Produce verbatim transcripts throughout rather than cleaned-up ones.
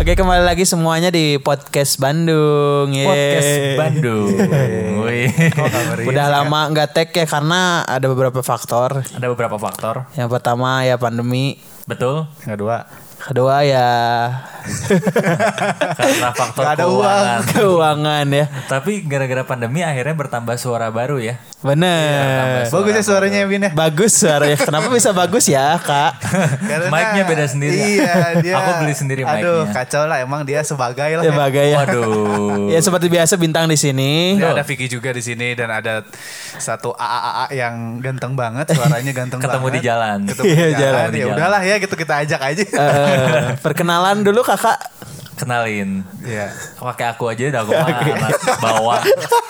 Oke, kembali lagi semuanya di podcast Bandung. Yeay. Podcast Bandung. Wih. Udah lama nggak tag ya karena ada beberapa faktor. Ada beberapa faktor. Yang pertama ya pandemi. Betul. Kedua, Kedua ya Karena faktor Gak ada keuangan. keuangan ya. Tapi gara-gara pandemi akhirnya bertambah suara baru ya. Bener. Iya, bagus ya suaranya Win ya. Bagus suaranya. Kenapa bisa bagus ya, Kak? Karena- Mic-nya beda sendiri. Iya, dia. Aku beli sendiri Aduh, mic-nya. kacau lah emang dia sebagai lah. Ya Ya. bagai ya. Waduh. Ya seperti biasa bintang di sini. Dia ada Vicky juga di sini dan ada satu A A A A yang ganteng banget, suaranya ganteng Ketemu banget. di jalan. Ketemu Iya, di jalan. jalan, di Ya jalan. udahlah ya gitu kita ajak aja. Eh, perkenalan dulu Kakak. Kenalin. Iya. Pakai aku aja dah, aku mah anak bawah.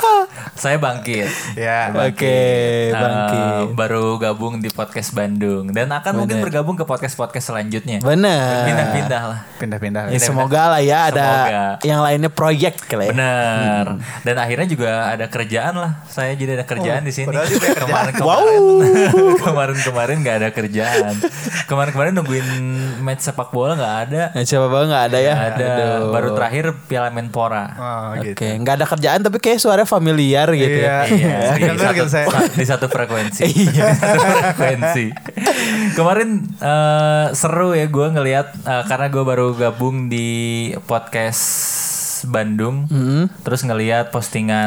Saya Bangkit. Ya. Oke, Eh, Bangkit. baru gabung di podcast Bandung dan akan mungkin Bener. bergabung ke podcast-podcast selanjutnya. Bener. Pindah-pindah lah. Pindah-pindah. Ya, semoga lah ya ada Semoga. yang lainnya proyek kali ya. Bener. Dan akhirnya juga ada kerjaan lah. Saya jadi ada kerjaan di sini. padahal dia punya kerjaan. Kemarin-kemarin kemarin-kemarin nggak ada kerjaan. Kemarin-kemarin nungguin match sepak bola nggak ada. Nah, siapa banget nggak ada ya? Nggak ada. Aduh. Baru terakhir Piala Menpora. Oh, Oke, gitu. nggak ada kerjaan tapi kayak suara familiar gitu ya. Iya. Iya, di Dengar satu, gitu saya. di satu frekuensi. Iya. Di satu frekuensi. Kemarin eh, seru ya gue ngelihat eh, karena gue baru gabung di podcast Bandung, terus ngelihat postingan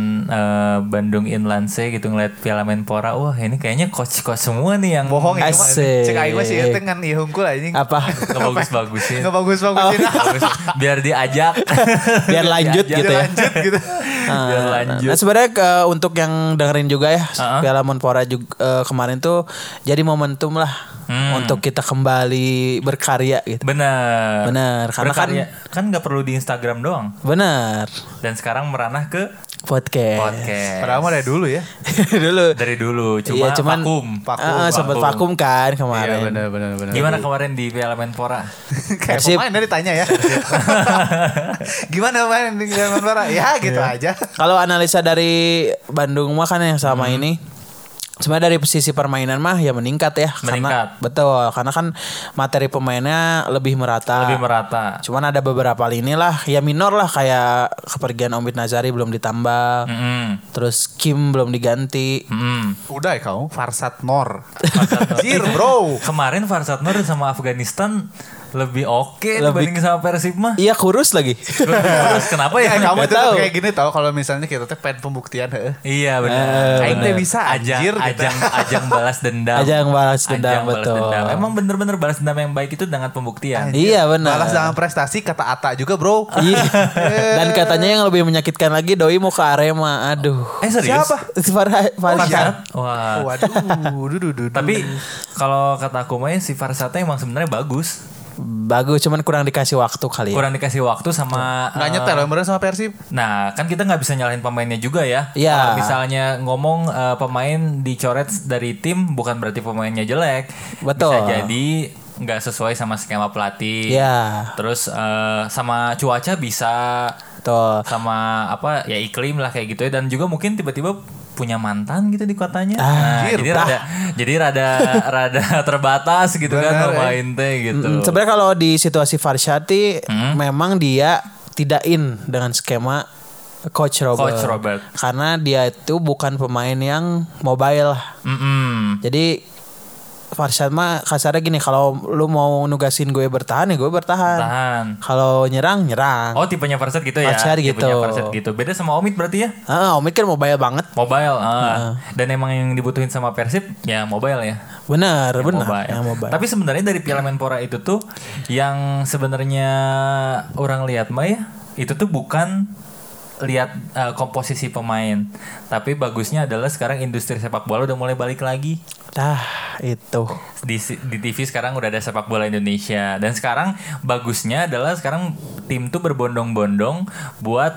eh, Bandung Inlandse gitu, ngelihat Piala Menpora. Wah ini kayaknya coach-coach semua nih yang Bohong ini mah. Asik. Cek aing mah sih itu kan ieu hungkul anjing. Apa? ngebagus-bagusin. Enggak bagus-bagusin. Bagus. Biar diajak, Biar lanjut diajak. gitu ya. Lanjut gitu. Ah, Biar lanjut. Nah sebenarnya ke- untuk yang dengerin juga ya Uh-huh. Piala Menpora juga eh, kemarin tuh jadi momentum lah Hmm. untuk kita kembali berkarya gitu. Benar. Benar, karena kan- Berkarya. kan nggak perlu di Instagram doang. Benar. Dan sekarang meranah ke Podcast. podcast. Padahal mah dari dulu ya. Dulu. Dari dulu, cuma Iya, cuman vakum. Vakum, Ah, sempat vakum kan Iya kemarin. benar benar benar. Gimana kemarin di Piala Menpora? Kayak Persib. pemain dari tanya ya. Gimana main di Jerman Barat? Ya gitu aja. Kalau analisa dari Bandung mah kan yang selama Hmm. ini sebenarnya dari sisi permainan mah ya meningkat ya. Meningkat. Karena, betul, karena kan materi pemainnya lebih merata. Lebih merata. Cuman ada beberapa lini lah ya minor lah kayak kepergian Omid Nazari belum ditambah. Mm-mm. Terus Kim belum diganti. Mm-mm. Udah ya kau Farsat Nor. Anjir bro. Kemarin Farsad Nur sama Afghanistan lebih oke Lebih- dibanding sama Persib mah. Iya kurus lagi. Terus kenapa ya? Ya, kamu Nggak itu tuh tahu. kayak gini tau kalau misalnya kita tuh pengen pembuktian heeh. Iya benar. Eh, Aing benar. teh bisa, ajang, anjir, gitu. ajang, ajang balas dendam. Ajang balas dendam, Ajang balas betul. dendam. Emang bener-bener balas dendam yang baik itu dengan pembuktian. Iya benar. Balas dengan prestasi kata Ata juga bro. Iya. Dan katanya yang lebih menyakitkan lagi Doi mau ke Arema. Aduh. Eh serius? Siapa? Farha- Farsad. Wah. Waduh, duh, duh, duh, duh. Tapi kalau kata aku mah ya, si Farsatnya emang sebenarnya bagus. Bagus cuman kurang dikasih waktu kali ya. Kurang dikasih waktu sama nggak eh, nyetel beneran sama Persib. Nah, kan kita nggak bisa nyalahin pemainnya juga ya. Iya. Kalau misalnya ngomong eh, pemain dicoret dari tim bukan berarti pemainnya jelek. Betul. Bisa jadi nggak sesuai sama skema pelatih. Iya. Terus eh, sama cuaca bisa, Tuh. sama apa ya iklim lah kayak gitu ya. Dan juga mungkin tiba-tiba punya mantan gitu di kotanya. Ah, nah, anjir, jadi bah. rada jadi rada rada terbatas gitu kan Bener, pemain teh gitu. Mm, Sebenarnya kalau di situasi Farshati Hmm. memang dia tidak in dengan skema Coach Robert. Coach Robert. Karena dia itu bukan pemain yang mobile. Mm-mm. Jadi Farshad mah kasarnya gini, kalau lu mau nugasin gue bertahan ya gue bertahan. Tahan. Kalau nyerang nyerang. Oh tipenya Farshad gitu ya. Farshad gitu. Tipenya Farshad gitu. Beda sama Omid berarti ya? Ah, Omid kan mobile banget. Mobile. ah. Dan emang yang dibutuhin sama Persib ya mobile ya. Benar, Yang benar. mobile. Yang mobile. Tapi sebenarnya dari Piala Menpora itu tuh yang sebenarnya orang lihat mah ya itu tuh bukan lihat uh, komposisi pemain, tapi bagusnya adalah sekarang industri sepak bola udah mulai balik lagi. Dah, itu. Di, di T V sekarang udah ada sepak bola Indonesia, dan sekarang bagusnya adalah sekarang tim tuh berbondong-bondong buat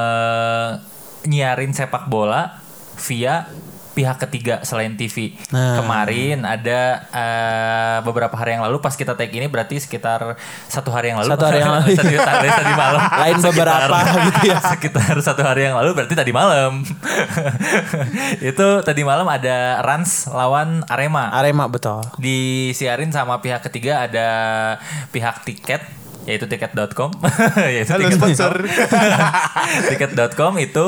uh, nyiarin sepak bola via pihak ketiga selain T V. Nah. Kemarin ada uh, beberapa hari yang lalu pas kita take ini berarti sekitar satu hari yang lalu. Satu hari yang lalu. Satu hari tadi malam. Lain beberapa gitu ya. Sekitar satu hari yang lalu berarti tadi malam. Itu tadi malam ada Rans lawan Arema. Arema betul. Disiarin sama pihak ketiga, ada pihak tiket yaitu tiket dot com. Yaitu Halo tiket sponsor. tiket dot com itu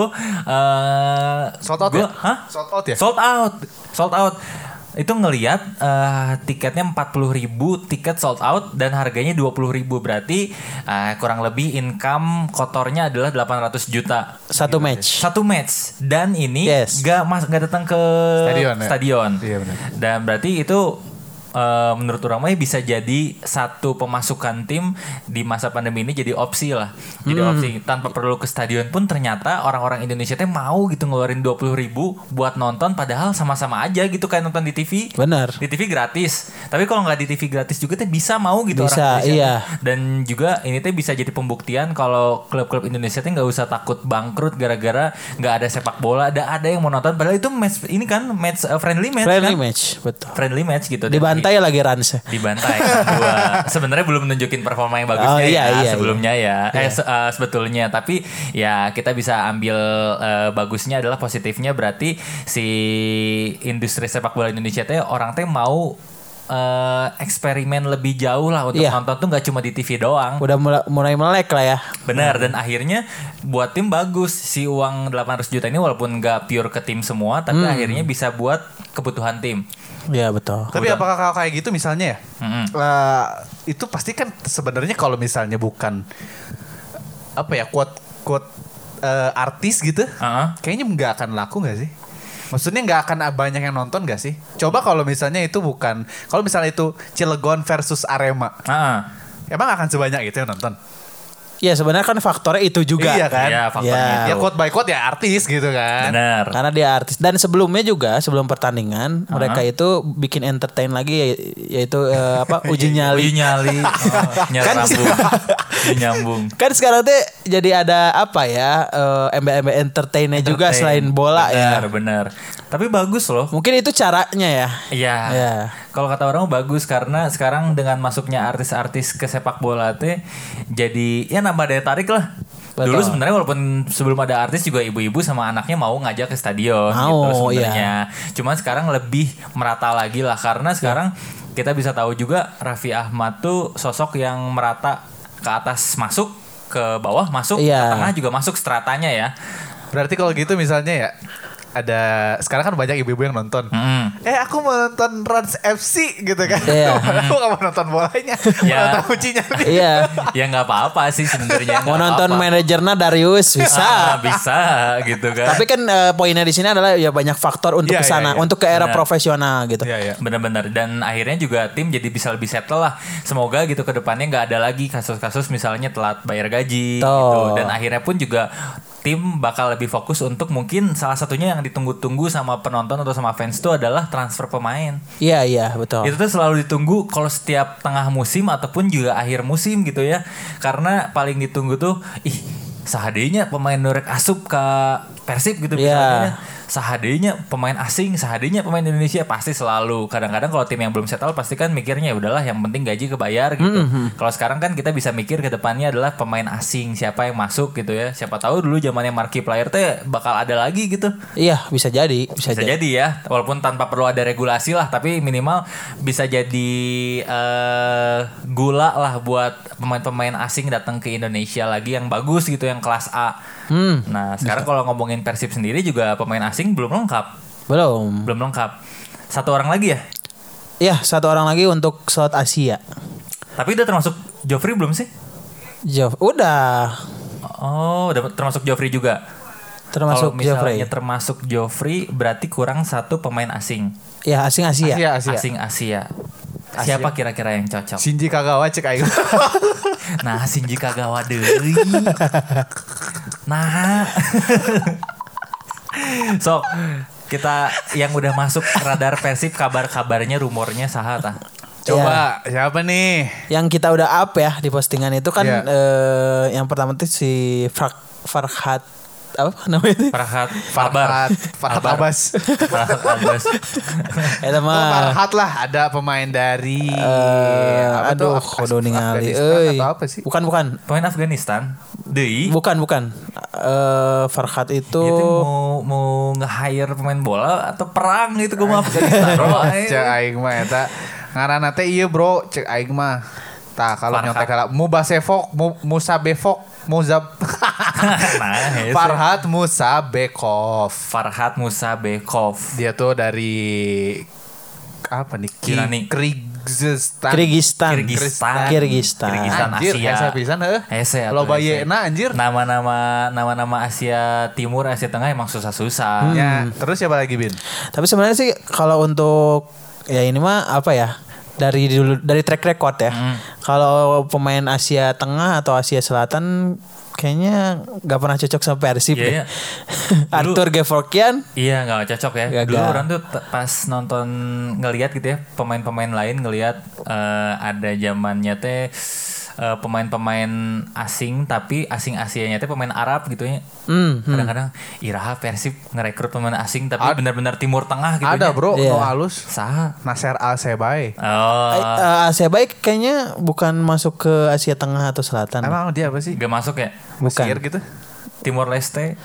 uh, Sold out gua, ya? Hah? Sold out ya? Sold out. Sold out. Itu ngelihat uh, tiketnya empat puluh ribu tiket sold out dan harganya dua puluh ribu, berarti uh, kurang lebih income kotornya adalah delapan ratus juta Satu match. satu match, dan ini Yes. gak mas gak datang ke Stadion, ya? stadion. Iya, benar. Dan berarti itu uh, menurut orang mah bisa jadi satu pemasukan tim di masa pandemi ini, jadi opsi lah. Jadi Hmm. opsi tanpa perlu ke stadion pun ternyata orang-orang Indonesia teh mau gitu ngeluarin dua puluh ribu buat nonton, padahal sama-sama aja gitu kayak nonton di T V. Benar. Di T V gratis. Tapi kalau nggak di T V gratis juga teh bisa mau gitu Bisa, orang Indonesia. iya. Dan juga ini teh bisa jadi pembuktian kalau klub-klub Indonesia teh nggak usah takut bangkrut gara-gara nggak ada sepak bola. Ada ada yang mau nonton, padahal itu match ini kan match uh, friendly match Friendly kan? match, betul. Friendly match gitu. Dan Dibantai lagi Rans. dibantai gua sebenarnya belum nunjukin performa yang bagusnya Oh, iya, ya iya, sebelumnya ya Iya. eh se- uh, sebetulnya, tapi ya kita bisa ambil uh, bagusnya adalah positifnya, berarti si industri sepak bola Indonesia teh orang teh mau uh, eksperimen lebih jauh lah untuk Iya. nonton tuh nggak cuma di T V doang. Udah mulai, mulai melek lah ya. Benar, dan akhirnya buat tim bagus, si uang delapan ratus juta ini walaupun nggak pure ke tim semua, tapi Hmm. akhirnya bisa buat kebutuhan tim. Iya betul. Tapi apakah kalau kayak gitu misalnya ya? Mm-mm. eh, itu pasti kan sebenarnya kalau misalnya bukan apa ya quote quote eh, artis gitu, Uh-uh. kayaknya nggak akan laku nggak sih? Maksudnya nggak akan banyak yang nonton nggak sih? Coba kalau misalnya itu bukan, kalau misalnya itu Cilegon versus Arema, Ah, emang akan sebanyak itu yang nonton? Iya sebenarnya kan faktornya itu juga. Iya kan? Iya, faktornya Ya. Ya itu. quote by quote ya artis gitu kan? Benar. Karena dia artis, dan sebelumnya juga sebelum pertandingan mereka itu bikin entertain lagi, ya- yaitu eh, apa uji nyali. Uji nyali. Oh, nyari Kan- rambung. Uji nyambung. Kan sekarang tuh jadi ada apa ya eh, embel-embel entertainnya juga Entertain. selain bola Benar, ya. benar. Tapi bagus loh. Mungkin itu caranya ya. Iya. Iya. Kalau kata orang bagus karena sekarang dengan masuknya artis-artis ke sepak bola teh jadi ya nambah daya tarik lah. Betul. Dulu sebenarnya walaupun sebelum ada artis juga ibu-ibu sama anaknya mau ngajak ke stadion Mau, gitu sebenarnya. iya. Cuman sekarang lebih merata lagi lah karena sekarang kita bisa tahu juga Raffi Ahmad tuh sosok yang merata ke atas masuk, ke bawah masuk, Iya. ke tengah juga masuk stratanya ya. Berarti kalau gitu misalnya ya ada sekarang kan banyak ibu-ibu yang nonton. Mm. Eh aku mau nonton Rans F C gitu kan. Iya. Aku gak mau nonton bolanya. Mau Ya. nonton kuncinya. Iya. Ya nggak apa-apa sih sebenarnya. Mau nggak nonton apa-apa. manajernya Darius bisa. Ah, bisa gitu kan. Tapi kan eh, poinnya di sini adalah ya banyak faktor untuk Iya, ke sana, iya, iya. untuk ke era Benar. profesional gitu. Iya iya. Benar-benar, dan akhirnya juga tim jadi bisa lebih settle lah. Semoga gitu ke depannya nggak ada lagi kasus-kasus misalnya telat bayar gaji Tuh. gitu. Dan akhirnya pun juga tim bakal lebih fokus untuk mungkin salah satunya yang ditunggu-tunggu sama penonton atau sama fans itu adalah transfer pemain. Iya iya betul. Itu tuh selalu ditunggu kalau setiap tengah musim ataupun juga akhir musim gitu ya. Karena paling ditunggu tuh ih sahadenya pemain Nurek asup ke Persib gitu Iya. misalnya. Sahadenya pemain asing, sahadenya pemain Indonesia pasti selalu. Kadang-kadang kalau tim yang belum settle pasti kan mikirnya ya udahlah yang penting gaji kebayar gitu. Kalau sekarang kan kita bisa mikir ke depannya adalah pemain asing, siapa yang masuk gitu ya. Siapa tahu dulu zamannya markiplier teh bakal ada lagi gitu. Iya bisa jadi, bisa, Bisa jadi. jadi ya, walaupun tanpa perlu ada regulasi lah, tapi minimal bisa jadi eh, gula lah buat pemain-pemain asing datang ke Indonesia lagi yang bagus gitu, yang kelas A. Hmm, Nah sekarang kalau ngomongin Persib sendiri juga pemain asing belum lengkap, belum. belum lengkap. Satu orang lagi ya, Iya satu orang lagi untuk slot Asia. tapi udah termasuk Joffrey belum sih? Jof, udah Oh, udah termasuk Joffrey juga. termasuk Kalau misalnya Joffrey. termasuk Joffrey berarti kurang satu pemain asing. Ya asing Asia. Asia Asia. Asing Asia. Siapa kira-kira yang cocok? Shinji Kagawa cek aing. Nah, Shinji Kagawa deui. Nah. So, kita yang udah masuk radar Persib, kabar-kabarnya, rumornya saha tah? Coba siapa nih? Yang kita udah up ya di postingan itu kan Iya. eh, yang pertama tuh si Far Farhat apa namanya itu? Farhat Farhat, Farhat Abbas. Farhat Abbas. Eta Oh, mah Farhat lah, ada pemain dari eh, apa tuh? aduh Af- kudu ningali Afghanistan euy. atau apa sih? Bukan bukan. Pemain Afghanistan. Deui. Bukan bukan. Eh Farhat itu Itu mau mau nge-hire pemain bola atau perang gitu gue mau Afghanistan. Bro, ayo. Cek aing mah eta ngaranna teh ieu bro, cek aing mah. Tah kalau Farhat. nyontek lah Mubasevok, Mu- Musabevok, Muzab Nah, hese. Farhat Musabekov. Farhat Musabekov. Dia tuh dari apa nih? Ki- Yunani. Kyrgyzstan. Kyrgyzstan. Kyrgyzstan. Kyrgyzstan. Kyrgyzstan Anjir, Asia. hese pisan heuh. Hese atuh, Lo hese. bayena anjir. Nama-nama nama-nama Asia Timur, Asia Tengah emang susah-susah. Ya, terus siapa lagi Bin? Tapi sebenarnya sih kalau untuk ya ini mah apa ya? Dari dulu dari track record ya. Hmm. Kalau pemain Asia Tengah atau Asia Selatan kayaknya nggak pernah cocok sama Persib Iya, deh. iya. Arthur Gevorkian Iya nggak cocok ya. Gagal. Dulu orang tuh t- pas nonton ngelihat gitu ya pemain-pemain lain ngelihat eh, ada zamannya teh eh, pemain-pemain asing tapi asing Asianya teh pemain Arab gitu ya. Hmm, hmm. Kadang-kadang iraha Persib ngerekrut pemain asing tapi Ad- benar-benar Timur Tengah gitu. Ada ya. bro, Iya. no alus. Saha? Nasser Al Sebay. Oh, Eh, Asia baik kayaknya bukan masuk ke Asia Tengah atau Selatan. Emang dia apa sih? gak masuk ya? Bukan. Mesir gitu. Timor Leste.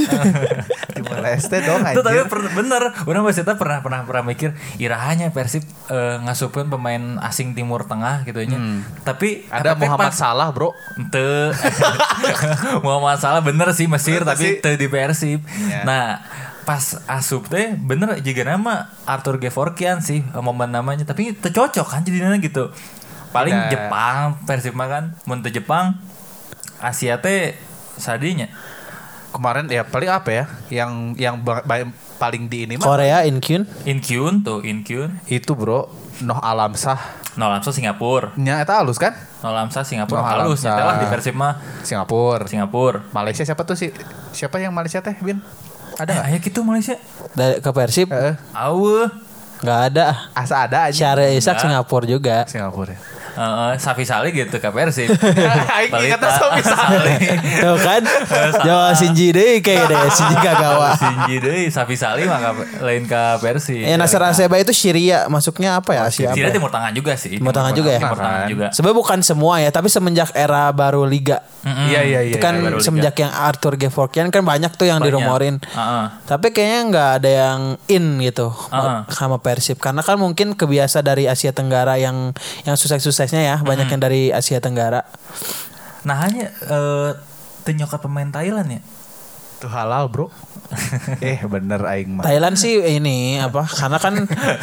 Timor Leste dong Itu tapi anjir. per- bener, orang pas eta pernah pernah pernah mikir irahanya Persib eh, ngasupkeun pemain asing Timur Tengah gitu nya. Tapi Ada tapi Muhammad pas- Salah bro. Ente Muhammad Salah bener sih Mesir Bener sih. tapi teu di Persib. Iya. Nah, pas asup teh bener juga nama Arthur Gevorkian sih momen namanya tapi teu cocok kan jadinya gitu. Paling Tidak. Jepang Persib mah kan mun teu Jepang Asia teh sadinya. Kemarin ya paling apa ya? Yang yang ba- ba- paling di ini mah Korea Inkyun. Inkyun tuh Inkyun. itu bro, Noh Alamsah. Nolamsa Singapura. Nya eta halus kan? Nolamsa Singapura Noh halus Alamsa. nyata lah di Persib mah Singapura. Singapura. Malaysia siapa tuh sih? Siapa yang Malaysia teh, Bin? Ada Eh, nggak? aya gitu Malaysia. Dari ke Persib Heeh. Aueuh. nggak ada. Asa ada aja. Syahrir Ishak Enggak. Singapura juga. Singapura. Ya. Heeh, Safi Salih gitu ke Persib. Aing ingatnya Safi Salih. Tuh kan? Jawa Shinji deh kayak deh Shinji Kagawa. Shinji deui Safi Salih mah ka- lain ke Persib. Ya Nasser Al-Sebay itu Syria masuknya apa ya? Asia apa Sira ya? Timur Tengah juga sih. Timur Tengah juga ya? Timur Tengah juga. Sebenarnya bukan semua ya, tapi semenjak era baru liga. Mm-mm. Iya iya iya. Itu kan baru liga. semenjak yang Arthur Gevorkian kan banyak tuh yang Banyak. dirumorin. Heeh. Tapi kayaknya nggak ada yang in gitu Uh-uh. sama Persib karena kan mungkin kebiasa dari Asia Tenggara yang yang sukses-suksesnya ya banyak yang dari Asia Tenggara. Nah hanya eh teu nyokat pemain Thailand ya. Itu halal, Bro. eh, bener aing mah. Thailand sih ini apa karena kan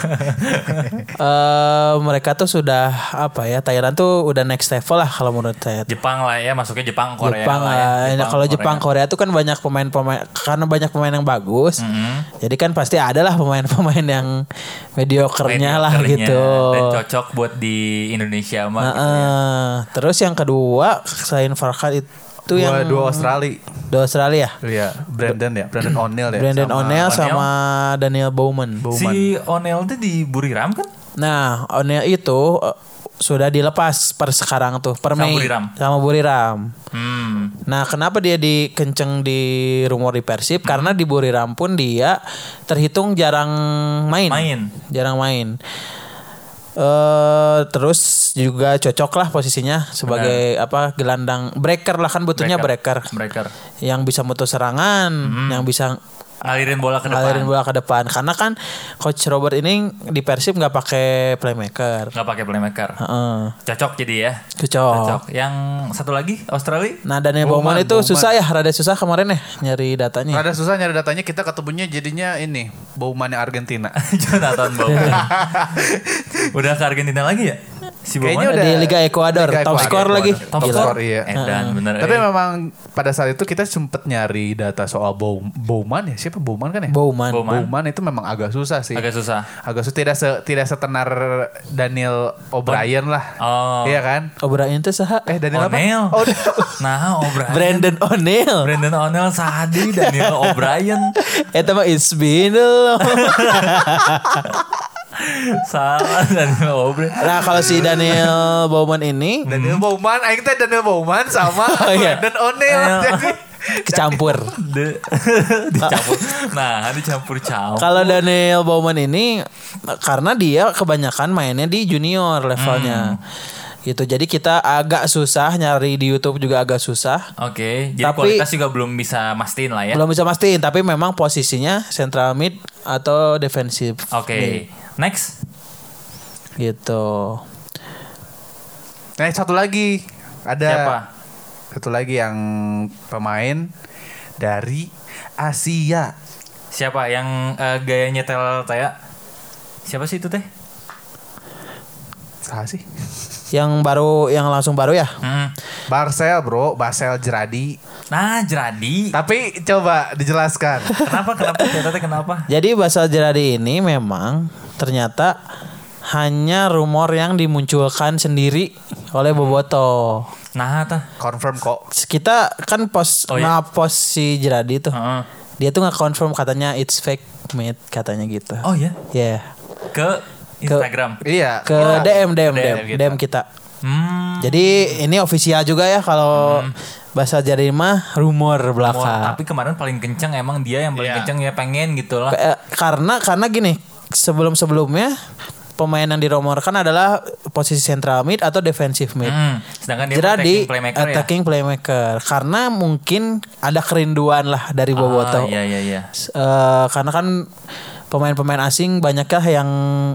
eh mereka tuh sudah apa ya Thailand tuh udah next level lah kalau menurut saya. Jepang lah ya, masuknya Jepang Korea Jepang lah ya. lah. Nah, kalau Jepang Korea tuh kan banyak pemain-pemain karena banyak pemain yang bagus. Mm-hmm. Jadi kan pasti ada lah pemain-pemain yang mediokernya lah Mediokernya gitu. dan cocok buat di Indonesia mah Nah, gitu ya. eh, terus yang kedua selain Farhat itu Dua, yang dua Australia. dua Australia. Iya, Brandon ya, Brandon O'Neil ya. Brandon sama O'Neil O'Neil. sama Daniel Bowman. Bowman. Si O'Neil tuh di Buriram kan? Nah, O'Neil itu eh, sudah dilepas per sekarang tuh per Sama Mei Buriram. sama Buriram. Hmm. Nah, kenapa dia dikenceng di rumor di Persib? Karena di Buriram pun dia terhitung jarang main. Main. Jarang main. Eh terus juga cocok lah posisinya sebagai apa gelandang breaker lah kan butuhnya breaker. Breaker. Yang bisa mutus serangan, yang bisa Ngalirin bola ke depan. ngalirin bola ke depan. Karena kan coach Robert ini di Persib nggak pakai playmaker. Nggak pakai playmaker. Heeh. Cocok jadi ya. Cocok. Cocok. Yang satu lagi Australia? Nah, Daniel Bowman, Bowman itu Bowman. susah ya, rada susah kemarin ya nyari datanya. Rada susah nyari datanya, kita ketemunya jadinya ini Bowman yang Argentina. Jonathan Bowman. Udah ke Argentina lagi ya? Si Kayaknya Bowman udah di Liga Ekuador, Liga top Ekuador. score lagi. top Top Gila. score, iya. Edan bener. Tapi eh. memang pada saat itu kita sempet nyari data soal Bow, Bowman ya. Siapa Bowman kan ya? Bowman. Bowman. Bowman itu memang agak susah sih. Agak susah. Agak susah, tidak se, tidak setenar Daniel O'Brien lah. Oh. Iya kan? O'Brien itu saha? Eh Daniel O'Neil. apa? Oh, Nah, O'Brien. Brandon O'Neil. Brandon O'Neil Sadi, Daniel O'Brien. Eta mah it's been a long. Salah Daniel O'Brien. Nah, kalau si Daniel Bowman ini Daniel Bowman, aing teh Daniel Bowman sama Oh, iya. Brandon O'Neil. Iya. Jadi kecampur. De- dicampur. Nah, dicampur-campur. Kalau Daniel Bowman ini karena dia kebanyakan mainnya di junior levelnya. Gitu. Jadi kita agak susah nyari di YouTube juga agak susah. Oke, jadi Tapi- kualitas juga belum bisa mastiin lah ya. Belum bisa mastiin, tapi memang posisinya central mid atau defensive. Oke, mid. next. Gitu. Nah, satu lagi ada Siapa? satu lagi yang pemain dari Asia. Siapa yang uh, gaya nyetel Taya? Siapa sih itu teh? Siapa sih? Yang baru, yang langsung baru ya. Hmm. Barcel bro, Barcel Jeradi. Nah, Jeradi. Tapi coba dijelaskan. Kenapa? Kenapa? Ternyata kenapa? Jadi bahasa Jeradi ini memang ternyata hanya rumor yang dimunculkan sendiri oleh Boboto. Nah, tah. Confirm kok. Kita kan post Oh, iya? nge-post si Jeradi tuh. Heeh. Dia tuh nggak confirm katanya it's fake made katanya gitu. Oh ya, Ya. Yeah. ke Instagram. Iya. Ke D M D M D M D M D M kita. Hmm. Jadi ini official juga ya kalau bahasa Jeradi mah rumor Mau- belaka. tapi kemarin paling kenceng emang dia yang paling Iya. kenceng ya pengen gitu lah. Ke- karena karena gini, sebelum-sebelumnya pemain yang dirumorkan adalah posisi central mid atau defensive mid. Hmm. Sedangkan dia Jeradi attacking playmaker ya. attacking playmaker. Karena mungkin ada kerinduan lah dari Boboto. Ah, iya iya iya. S- eh, karena kan pemain-pemain asing banyakkah yang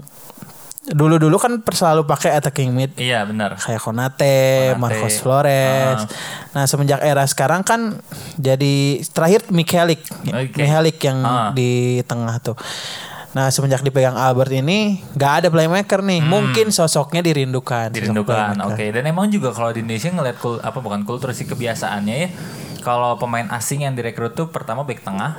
dulu-dulu kan selalu pakai attacking mid Iya benar. kayak Konate, Konate. Marcos Flores. Ah. Nah, semenjak era sekarang kan jadi terakhir Michalik. Oke. Michalik yang Ah. di tengah tuh. Nah, semenjak dipegang Albert ini nggak ada playmaker nih. Mungkin sosoknya dirindukan. sosok Dirindukan. playmaker. Oke. Dan emang juga kalau di Indonesia ngeliat kul apa bukan kultur sih kebiasaannya ya. Kalau pemain asing yang direkrut tuh pertama back tengah,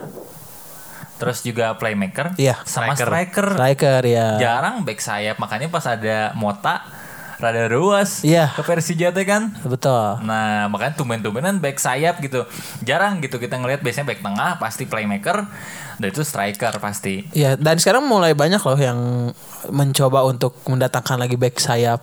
terus juga playmaker, Iya. sama striker. Striker ya. Jarang back sayap. Makanya pas ada Mota rada ruas Iya. ke Persija teh kan. Betul. Nah makanya tumben-tumbenan back sayap gitu. Jarang gitu kita ngelihat biasanya back tengah pasti playmaker. Dan itu striker pasti. Ya, dan sekarang mulai banyak loh yang mencoba untuk mendatangkan lagi back sayap.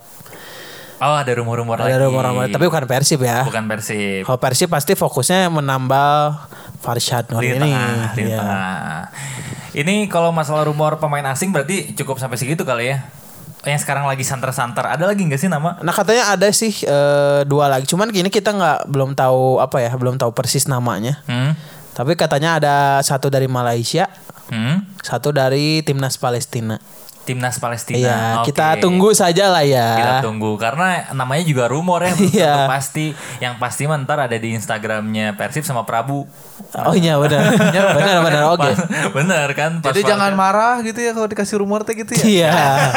Oh ada rumor-rumor lagi. Ada rumor-rumor, tapi bukan Persib ya. Bukan Persib. Kalau Persib pasti fokusnya menambal Farshad Nur Di ini. tengah, di Iya. tengah. Ini kalau masalah rumor pemain asing berarti cukup sampai segitu kali ya. Yang sekarang lagi santer-santer. Ada lagi nggak sih nama? Nah, katanya ada sih eh, dua lagi. Cuman gini kita nggak belum tahu apa ya, belum tahu persis namanya. Hmm? Tapi katanya ada satu dari Malaysia, Hmm? satu dari timnas Palestina. Timnas Palestina. Iya, Oke. kita tunggu saja lah ya. Kita tunggu karena namanya juga rumor ya. Belum Iya. tentu pasti. Yang pasti mah ntar ada di Instagramnya Persib sama Prabu. Oh iya benar. benar benar oke. Bener kan? Pas Jadi jangan Falcon. marah gitu ya kalau dikasih rumor teh gitu ya. Iya.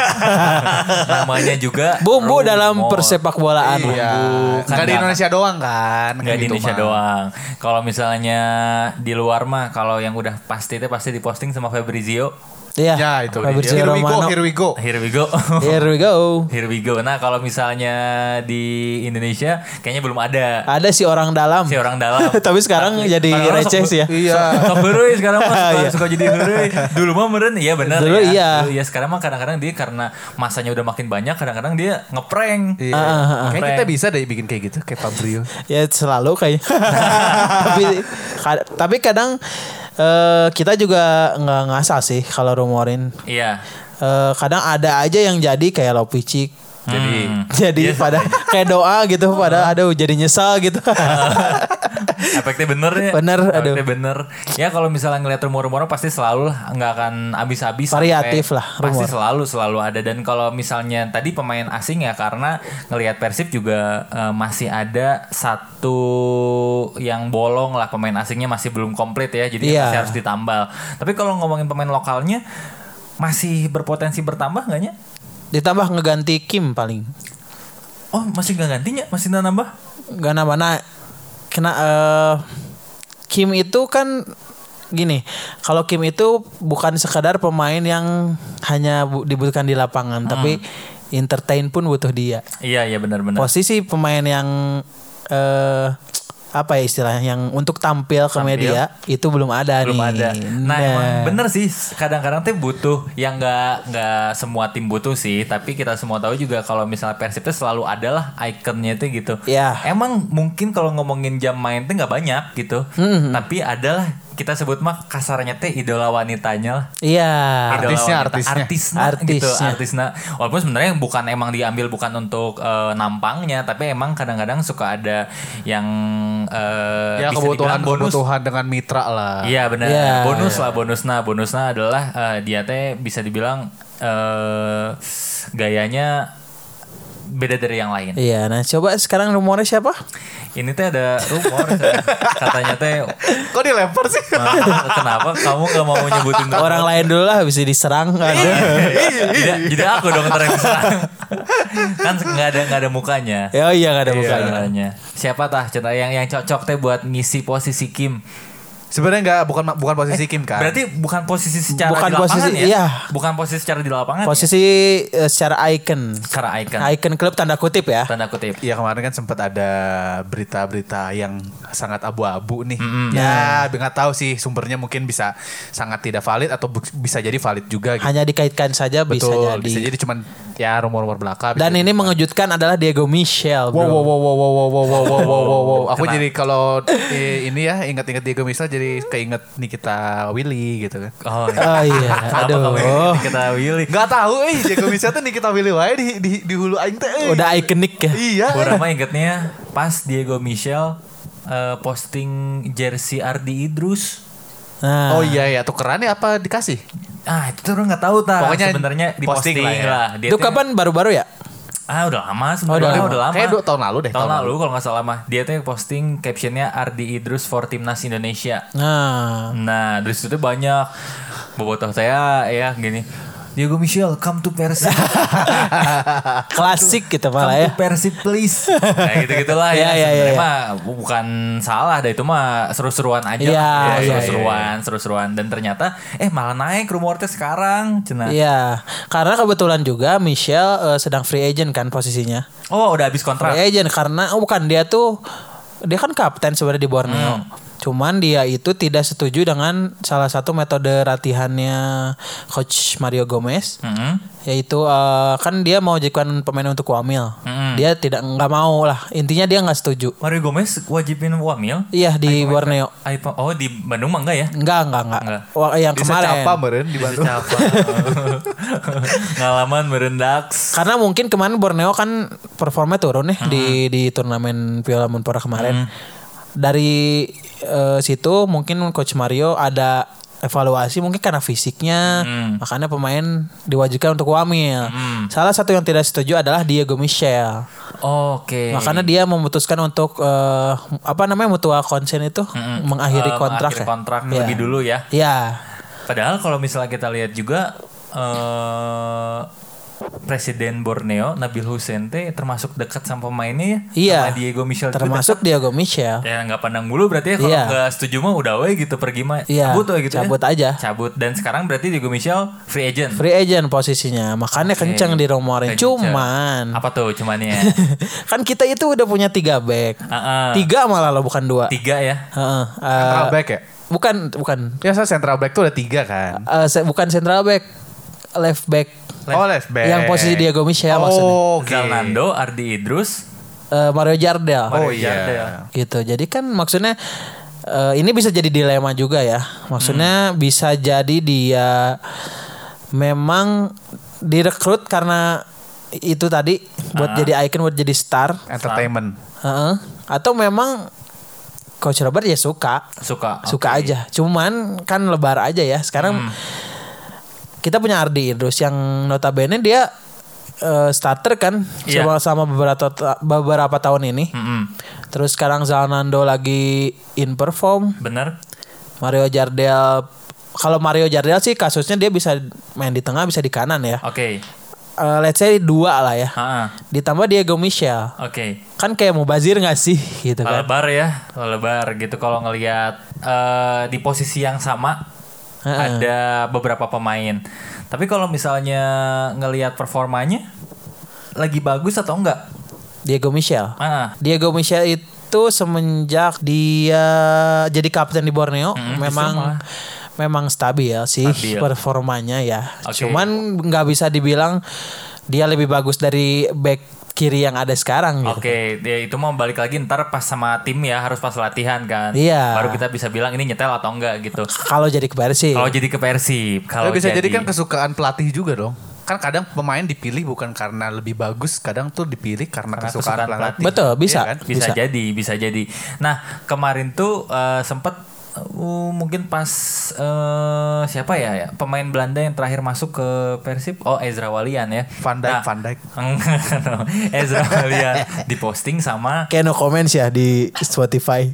Namanya juga Bumbu rumor. dalam persepak bolaan. Iya. Kan Enggak di nggak- Indonesia doang kan. Nggak di gitu Indonesia mah. doang. Kalau misalnya di luar mah kalau yang udah pasti itu pasti diposting sama Fabrizio. Iya. Ya itu. Fabrizio Here we go, Romano. here we go. Here we go. Here we go. Here we go. Nah kalau misalnya di Indonesia kayaknya belum ada Ada si orang dalam. si orang dalam. Tapi sekarang jadi Orang-orang receh sok- sih ya. Iya. Sok heureuy sekarang mah suka, Iya. suka jadi heureuy. Dulu mah meren iya benar Dulu ya. iya. Dulu iya sekarang mah kadang-kadang dia karena masanya udah makin banyak kadang-kadang dia ngeprank. Iya. Ah, ah, ah. Kayak kita bisa deh bikin kayak gitu kayak Fabrio. Ya selalu kayaknya. tapi ka- tapi kadang eh, kita juga nggak ngasal sih kalau rumorin. Iya. Eh, kadang ada aja yang jadi kayak Lopicik. Jadi Jadi pada kayak doa gitu pada aduh jadi nyesal gitu. efeknya bener ya. Bener, aduh. Efeknya bener. Ya kalau misalnya ngeliat rumor-rumor pasti selalu lah nggak akan habis-habis. Variatif sampai- lah, Pasti rumor. selalu selalu ada dan kalau misalnya tadi pemain asing ya karena ngelihat Persib juga eh, masih ada satu yang bolong lah pemain asingnya masih belum komplit ya. Jadi Iya. masih harus ditambal. Tapi kalau ngomongin pemain lokalnya masih berpotensi bertambah nggak nya? Ditambah ngeganti Kim paling. Oh masih nggak gantinya? Masih nggak nambah? Gak nambah. Nah, kena eh, Kim itu kan gini. Kalau Kim itu bukan sekadar pemain yang hanya bu- dibutuhkan di lapangan, tapi entertain pun butuh dia. Iya iya benar-benar. Posisi pemain yang eh apa ya istilahnya yang untuk tampil ke Tampil. media itu belum ada Belum nih. ada. Nah, emang bener sih kadang-kadang tuh butuh yang nggak nggak semua tim butuh sih, tapi kita semua tahu juga kalau misalnya Persib tuh selalu ada lah ikonnya tuh gitu. Ya. Emang mungkin kalau ngomongin jam main tuh nggak banyak gitu, Mhm. tapi adalah kita sebut mah kasarnya teh idola wanitanya lah. Iya. Idola Artisnya, wanita. artisnya. Artisna, Artisnya. gitu, artisna. Walaupun sebenarnya bukan emang diambil bukan untuk eh, nampangnya, tapi emang kadang-kadang suka ada yang eh, Ya bisa kebutuhan dibilang bonus. kebutuhan dengan mitra lah. Iya benar. Iya, bonus iya. lah bonusnya. Bonusnya adalah eh, dia teh bisa dibilang eh gayanya beda dari yang lain. Iya, nah coba sekarang rumornya siapa? Ini teh ada rumor katanya teh. Kok dilempar sih? Nah, kenapa kamu gak mau nyebutin rumor? Orang lain dulu lah bisa diserang ada. jadi, jadi aku dong ntar yang diserang. Kan nggak ada nggak ada mukanya. Oh iya nggak ada Iya, mukanya. mukanya. Siapa tah cerita yang yang cocok teh buat ngisi posisi Kim? Sebenarnya enggak bukan bukan posisi Kim kan. Berarti bukan posisi secara Bukan di lapangan posisi, ya? iya. Bukan posisi secara di lapangan. Posisi eh, secara icon. ya? Secara icon. Icon klub tanda kutip ya. Tanda kutip. Iya kemarin kan sempat ada berita-berita yang sangat abu-abu nih. Mm-mm. Ya, nggak tahu sih sumbernya mungkin bisa sangat tidak valid atau bu- bisa jadi valid juga gitu. Hanya dikaitkan saja bisa Betul, jadi. bisa jadi cuman ya rumor-rumor belaka. Dan bisa ini mengejutkan adalah Diego Michel, Wow, bro. wow, wow, wow, wow, wow, wow, wow, wow, wow, wow, wow. Aku Kenapa? jadi kalau eh, ini ya ingat-ingat Diego Michel jadi keinget Nikita Willy gitu kan. Oh, Oh iya, Kenapa aduh. kamu yang kita Willy? Gak tahu eh Diego Michel tuh Nikita Willy wae di di, di hulu aing teh. eh. Udah ikonik ya. Iya. Gua mah ingetnya pas Diego Michel eh, posting jersey Ardi Idrus. Nah, Oh iya ya, tukeran ya apa dikasih? Ah itu tuh orang nggak tahu ta. Pokoknya sebenarnya di posting posting lah ya. lah. Dia itu tuh- kapan baru-baru ya? Ah udah lama Oh, sebenarnya udah udah, lama. lama. Kayak dua tahun lalu deh. Tahun lalu kalau nggak salah mah. Dia tuh posting captionnya Ardi Idrus for Timnas Indonesia. Nah, Nah dari situ banyak bobotoh saya ya gini. Diego Michel come to Persib. klasik gitu malah Come ya. to Persib please. Nah gitu-gitulah Iya, ya. iya, Sebenarnya iya. mah bukan salah dah itu mah seru-seruan aja. Iya, Ya, iya, seru-seruan, seru-seruan dan ternyata eh malah naik rumornya sekarang. Cenah. Iya, karena kebetulan juga Michel eh, sedang free agent kan posisinya. Oh udah habis kontrak. Free agent karena oh bukan dia tuh dia kan kapten sebenarnya di Borneo. Hmm. Cuman dia itu tidak setuju dengan salah satu metode latihannya coach Mario Gomez, Mm-mm. yaitu eh, kan dia mau jadikan pemain untuk Wamil. Mm-mm. Dia tidak nggak mau lah. Intinya dia nggak setuju. Mario Gomez wajibin Wamil. Iya di Borneo. iPhone. Oh di Bandung mah enggak ya? Enggak, enggak, enggak. Enggak. Wah, yang Bisa kemarin. capa meren di Bandung. Siapa? Ngalaman merendaks. Karena mungkin kemarin Borneo kan performnya turun nih di di turnamen Piala Menpora kemarin. Dari eh, situ mungkin coach Mario ada evaluasi mungkin karena fisiknya, Hmm. makanya pemain diwajibkan untuk Wamil. Salah satu yang tidak setuju adalah Diego Michel. Oke. Makanya dia memutuskan untuk eh, apa namanya mutual consent itu Mm-mm. mengakhiri Eh, kontrak mengakhiri ya. kontrak Iya. lebih dulu ya. Iya. Padahal kalau misalnya kita lihat juga eh Presiden Borneo Nabil Hussein teh termasuk dekat sama pemainnya ya, Iya. sama Diego Michel juga Termasuk Diego Michel. dekat. Ya nggak pandang bulu berarti ya kalau Iya. nggak setuju mah udah we gitu pergi mah Iya, cabut we gitu cabut ya. aja. Cabut dan sekarang berarti Diego Michel free agent. Free agent posisinya. Makanya Oke. kenceng di rumorin. Kenceng. Cuman Apa tuh cumannya? kan kita itu udah punya tiga back. Heeh. Tiga malah loh bukan dua. Tiga ya. Heeh. Eh, Central back ya? bukan bukan Ya saya central back tuh ada tiga kan. Eh, se- bukan central back, left back. Oh left back. Yang posisi Diego Michel oh, maksudnya. oke. Zalnando, Ardi Idrus. Eh, Mario Jardel. Oh Mario iya. Jardel. Gitu. Jadi kan maksudnya eh, ini bisa jadi dilema juga ya. Maksudnya bisa jadi dia memang direkrut karena itu tadi buat jadi icon, buat jadi star. Entertainment. Heeh. Atau memang Coach Robert ya suka, Suka. suka Oke. aja. Cuman kan lebar aja ya. Sekarang kita punya Ardi Idrus yang notabene dia eh, starter kan Iya. selama sama beberapa ta- beberapa tahun ini. Mm-mm. Terus sekarang Zalnando lagi in perform. Bener. Mario Jardel, kalau Mario Jardel sih kasusnya dia bisa main di tengah, bisa di kanan ya. Oke. Eh, let's say dua lah ya. Ha-ha. Ditambah Diego Michel. Oke. Kan kayak Mubazir gak sih gitu kan. Lebar ya, lebar gitu kalau ngelihat eh, di posisi yang sama Heeh. ada beberapa pemain. Tapi kalau misalnya ngelihat performanya lagi bagus atau enggak? Diego Michel. Ah, Diego Michel itu semenjak dia jadi kapten di Borneo Mm, memang justru malah. memang stabil sih Stabil. performanya ya. Oke. Cuman nggak bisa dibilang dia lebih bagus dari back kiri yang ada sekarang gitu. Oke, ya itu mau balik lagi ntar pas sama tim ya harus pas latihan kan. Iya. Baru kita bisa bilang ini nyetel atau enggak gitu. Kalau jadi ke Persib. Kalau jadi ke Persib, kalau Tapi bisa jadi kan kesukaan pelatih juga dong. Kan kadang pemain dipilih bukan karena lebih bagus, kadang tuh dipilih karena, Karena kesukaan, kesukaan pelatih. Betul, bisa. Iya kan? bisa, Bisa. jadi, bisa jadi. Nah, kemarin tuh eh, sempet uh, mungkin pas uh, siapa ya, ya pemain Belanda yang terakhir masuk ke Persib. Oh, Ezra Walian ya. Van Dijk, Van Dijk. Ezra Walian diposting sama. Kayak no comments ya di Spotify.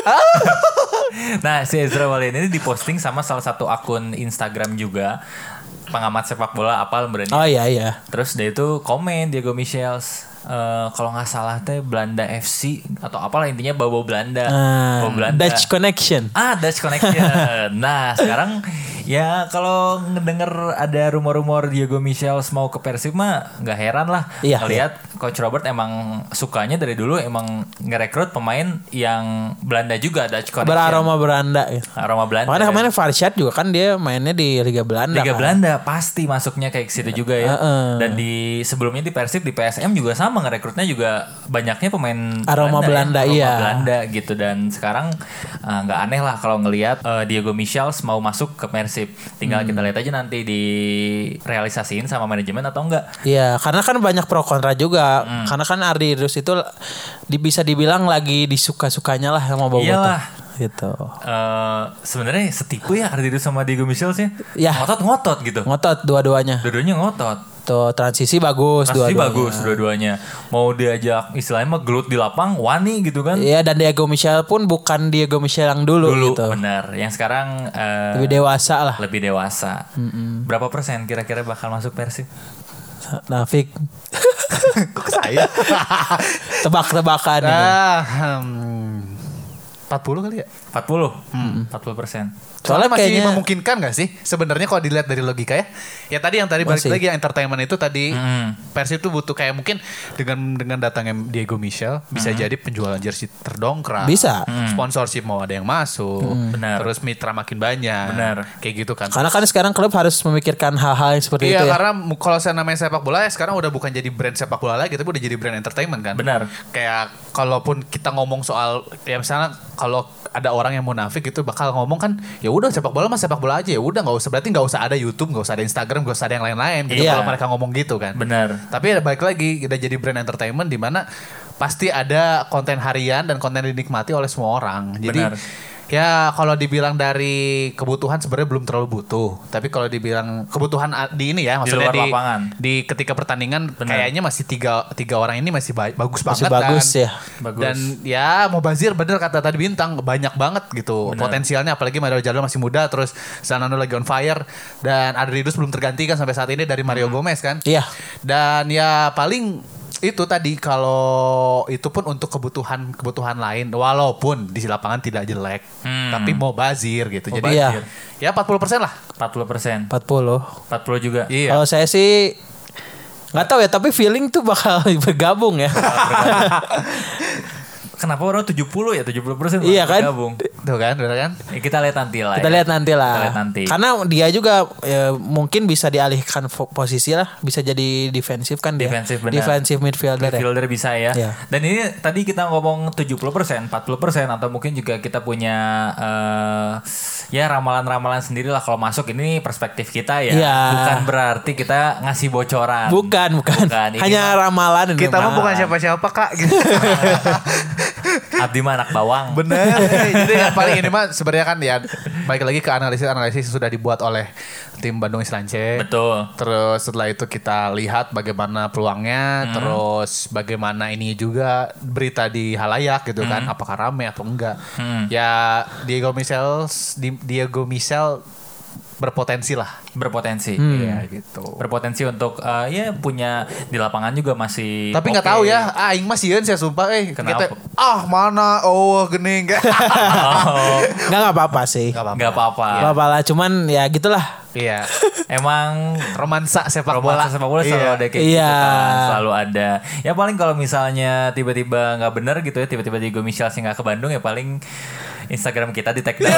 Nah, si Ezra Walian ini diposting sama salah satu akun Instagram juga, pengamat sepak bola apal berani. Oh iya iya. Terus dia itu komen Diego Michels, uh, kalau nggak salah teh Belanda F C atau apalah, intinya bau-bau Belanda. Ah, Bau Belanda. Dutch Connection. Ah, Dutch Connection. Nah, sekarang ya kalau ngedenger ada rumor-rumor Diego Michels mau ke Persib mah nggak heran lah. Iya, Ngelihat Coach Robert emang sukanya dari dulu emang ngerekrut pemain yang Belanda juga, Dutch Connection. Beraroma Belanda gitu. Aroma Belanda. Makanya kan. kemarin Farshad juga kan dia mainnya di Liga Belanda. Liga kan? Belanda pasti masuknya kayak situ juga ya. Uh-uh. Dan di sebelumnya di Persib, di P S M juga sama, ngerekrutnya juga banyaknya pemain Aroma Belanda, ya. Aroma iya. Belanda gitu. Dan sekarang uh, nggak aneh lah kalau ngelihat uh, Diego Michels mau masuk ke Persib. Tinggal Hmm. kita lihat aja nanti di realisasiin sama manajemen atau enggak. Iya, karena kan banyak pro kontra juga. Hmm. Karena kan Ardi Idrus itu di, bisa dibilang lagi disuka-sukanya lah sama Bobotoh. Iyalah. Gitu. Uh, sebenarnya setipu ya Ardidu sama Diego Michels ya. Ya. Ngotot-ngotot gitu. Ngotot dua-duanya. Dua-duanya ngotot. Tuh transisi bagus Pasti dua-duanya. bagus dua-duanya. Mau diajak istilahnya mah gelut di lapang, wani gitu kan. Iya, dan Diego Michel pun bukan Diego Michel yang dulu, Dulu gitu. benar. Yang sekarang uh, Lebih dewasa lah. lebih dewasa. Berapa persen kira-kira bakal masuk Persib? Nafik. Kok ke saya? Tebak-tebakan ini. Ah, hmm, empat puluh kali ya? empat puluh? empat puluh persen. Soalnya Soalnya masih kayaknya- memungkinkan gak sih sebenarnya kalau dilihat dari logika ya? Ya tadi yang tadi balik Masih. lagi yang entertainment itu tadi Mm. Persib tuh butuh kayak mungkin dengan dengan datangnya Diego Michel bisa jadi penjualan jersey terdongkrak. Bisa. Sponsorship mau ada yang masuk. Benar. Terus mitra makin banyak. Benar. Kayak gitu kan. Karena kan sekarang klub harus memikirkan hal-hal yang seperti Iya itu ya. karena mu- kalau saya namanya sepak bola ya sekarang udah bukan jadi brand sepak bola lagi tapi udah jadi brand entertainment kan. Benar. Kayak kalaupun kita ngomong soal ya misalnya kalau ada orang yang munafik itu bakal ngomong kan ya udah sepak bola mah sepak bola aja ya udah nggak usah berarti nggak usah ada YouTube nggak usah ada Instagram nggak usah ada yang lain-lain gitu Iya. kalau mereka ngomong gitu kan. Benar. Tapi ya balik lagi udah jadi brand entertainment di mana pasti ada konten harian dan konten dinikmati oleh semua orang. Jadi Benar. ya kalau dibilang dari kebutuhan sebenarnya belum terlalu butuh. Tapi kalau dibilang kebutuhan a- di ini ya maksudnya luar di, lapangan. di ketika pertandingan Benar. kayaknya masih tiga tiga orang ini masih ba- bagus Masih banget bagus dan, ya. Bagus. Dan ya mau bazir bener kata tadi Bintang banyak banget gitu Benar. potensialnya apalagi Mario Jallo masih muda terus Zanano lagi on fire dan Adridus belum tergantikan sampai saat ini dari Mario Gomez kan. Iya. Dan ya paling itu tadi kalau itu pun untuk kebutuhan kebutuhan lain walaupun di lapangan tidak jelek Hmm. tapi mau bazir gitu. Mau Jadi bazir. ya empat puluh persen lah. empat puluh persen. empat puluh. empat puluh juga. Iya. Kalau saya sih nggak tahu ya, tapi feeling tuh bakal bergabung ya. Kenapa orang tujuh puluh ya? tujuh puluh persen Iya kan? bergabung. Tuh kan, bener kan? Ya, kita lihat nanti lah. Kita ya. lihat nanti lah. Kita lihat nanti. Karena dia juga ya, mungkin bisa dialihkan fo- posisi lah, bisa jadi defensif kan dia. Defensif, benar. Defensive midfielder. Ya. Midfielder bisa ya. Iya. Dan ini tadi kita ngomong tujuh puluh persen, empat puluh persen atau mungkin juga kita punya eh, ya ramalan-ramalan sendiri lah kalau masuk, ini perspektif kita ya. Iya. Bukan berarti kita ngasih bocoran. Bukan, bukan. Bukan, ini Hanya mah ramalan ini Kita mah mah. bukan siapa-siapa kak gitu. Abdi mah anak bawang. Bener. Jadi yang paling ini mah sebenarnya kan ya balik lagi ke analisis-analisis yang sudah dibuat oleh tim Bandung Islance. Betul. Terus setelah itu kita lihat bagaimana peluangnya, terus bagaimana ini juga berita di halayak gitu kan, apakah rame atau enggak. Hmm. Ya Diego Michel, Di- Diego Michel berpotensi lah. Berpotensi. Iya gitu. Berpotensi untuk eh, ya punya di lapangan juga masih. Tapi nggak oke. tahu ya, ah, aing mah sieun saya sumpah eh Kenapa? kita, ah mana oh gini enggak. Oh, Nggak nggak apa-apa sih. Enggak apa-apa. nggak apa-apa. Nggak apa-apa lah, cuman ya gitulah. Iya. Emang Romansa sepak bola. romansa sepak bola selalu Iya. ada kayak Iya. gitu kan, selalu ada. Ya paling kalau misalnya tiba-tiba nggak bener gitu ya, tiba-tiba Diego Michel sih nggak ke Bandung, ya paling Instagram kita di tag down.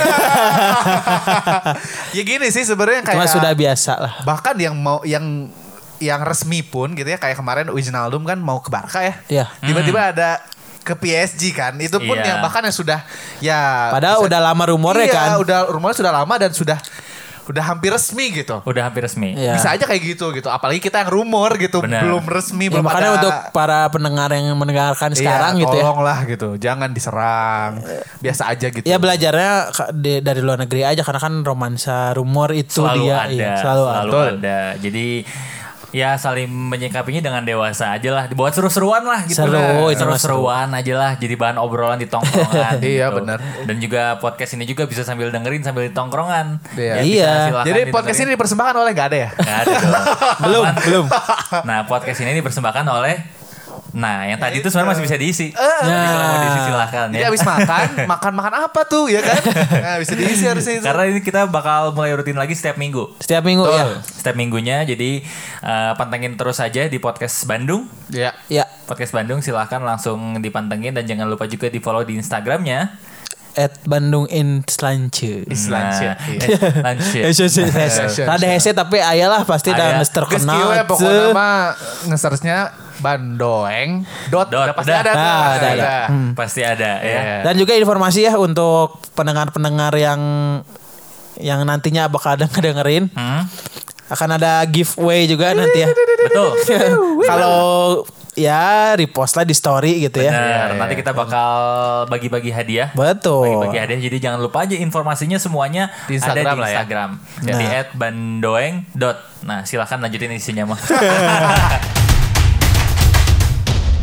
Ya gini sih sebenarnya kayak Cuma sudah biasa lah. bahkan yang mau yang yang resmi pun gitu ya kayak kemarin Wijnaldum kan mau ke Barca ya. Iya. Tiba-tiba ada ke P S G kan. Itu pun Iya. yang bahkan yang sudah ya Padahal bisa- udah lama rumornya iya, kan. udah rumornya sudah lama dan sudah udah hampir resmi gitu. Udah hampir resmi. Iya. Bisa aja kayak gitu gitu. Apalagi kita yang rumor gitu, Benar. belum resmi, Ya, belum makanya ada. untuk para pendengar yang mendengarkan sekarang Iya, gitu ya. tolonglah gitu, jangan diserang, biasa aja gitu. Ya belajarnya ka- di- dari luar negeri aja karena kan romansa rumor itu Selalu dia ada, iya, selalu, selalu ada. ada. Jadi ya saling menyikapinya dengan dewasa aja lah. Dibuat seru-seruan lah gitu. Seru, lah. ini mah Seru-seruan aja lah. Jadi bahan obrolan di tongkrongan. Iya, gitu. benar. Dan juga podcast ini juga bisa sambil dengerin sambil di tongkrongan. Iya. Ya, bisa Iya. silakan Jadi podcast didengerin. ini dipersembahkan oleh gak ada ya? Nggak ada dong. Belum, Cuman- belum. Nah podcast ini dipersembahkan oleh. Nah yang tadi itu sebenarnya masih bisa diisi. Eh. Jadi kalau mau diisi silakan Jadi ya. abis makan, makan-makan apa tuh ya kan? Nah, bisa diisi harusnya itu. Karena ini kita bakal mulai rutin lagi setiap minggu. Setiap minggu ya. Setiap minggunya jadi eh, pantengin terus aja di podcast Bandung. Ya. Ya. Podcast Bandung silahkan langsung dipantengin dan jangan lupa juga di follow di Instagramnya. At Bandung in Slance. Islansia. Nah, Iya. eh, Lanshit. Hese hese Hese, hese. Rada hese tapi ayalah pasti Aya. dah geus Geus terkenal. kieu ya pokoknya Ceuh. mah nge-searchnya Bandoeng dot, Dot, udah pasti udah. ada tuh. Nah, ada, ada. Hmm. Pasti ada ya. Iya. Dan juga informasi ya untuk pendengar-pendengar yang yang nantinya bakal ada ngedengerin Hmm, akan ada giveaway juga nanti ya. betul. Kalau ya repost lah di story gitu ya. Benar. Nanti kita bakal bagi-bagi hadiah. Betul. Bagi-bagi hadiah. Jadi jangan lupa aja informasinya semuanya Di ada Instagram di lah ya. Instagram. Nah. Di at bandoeng dot. Nah, silakan lanjutin isinya mah.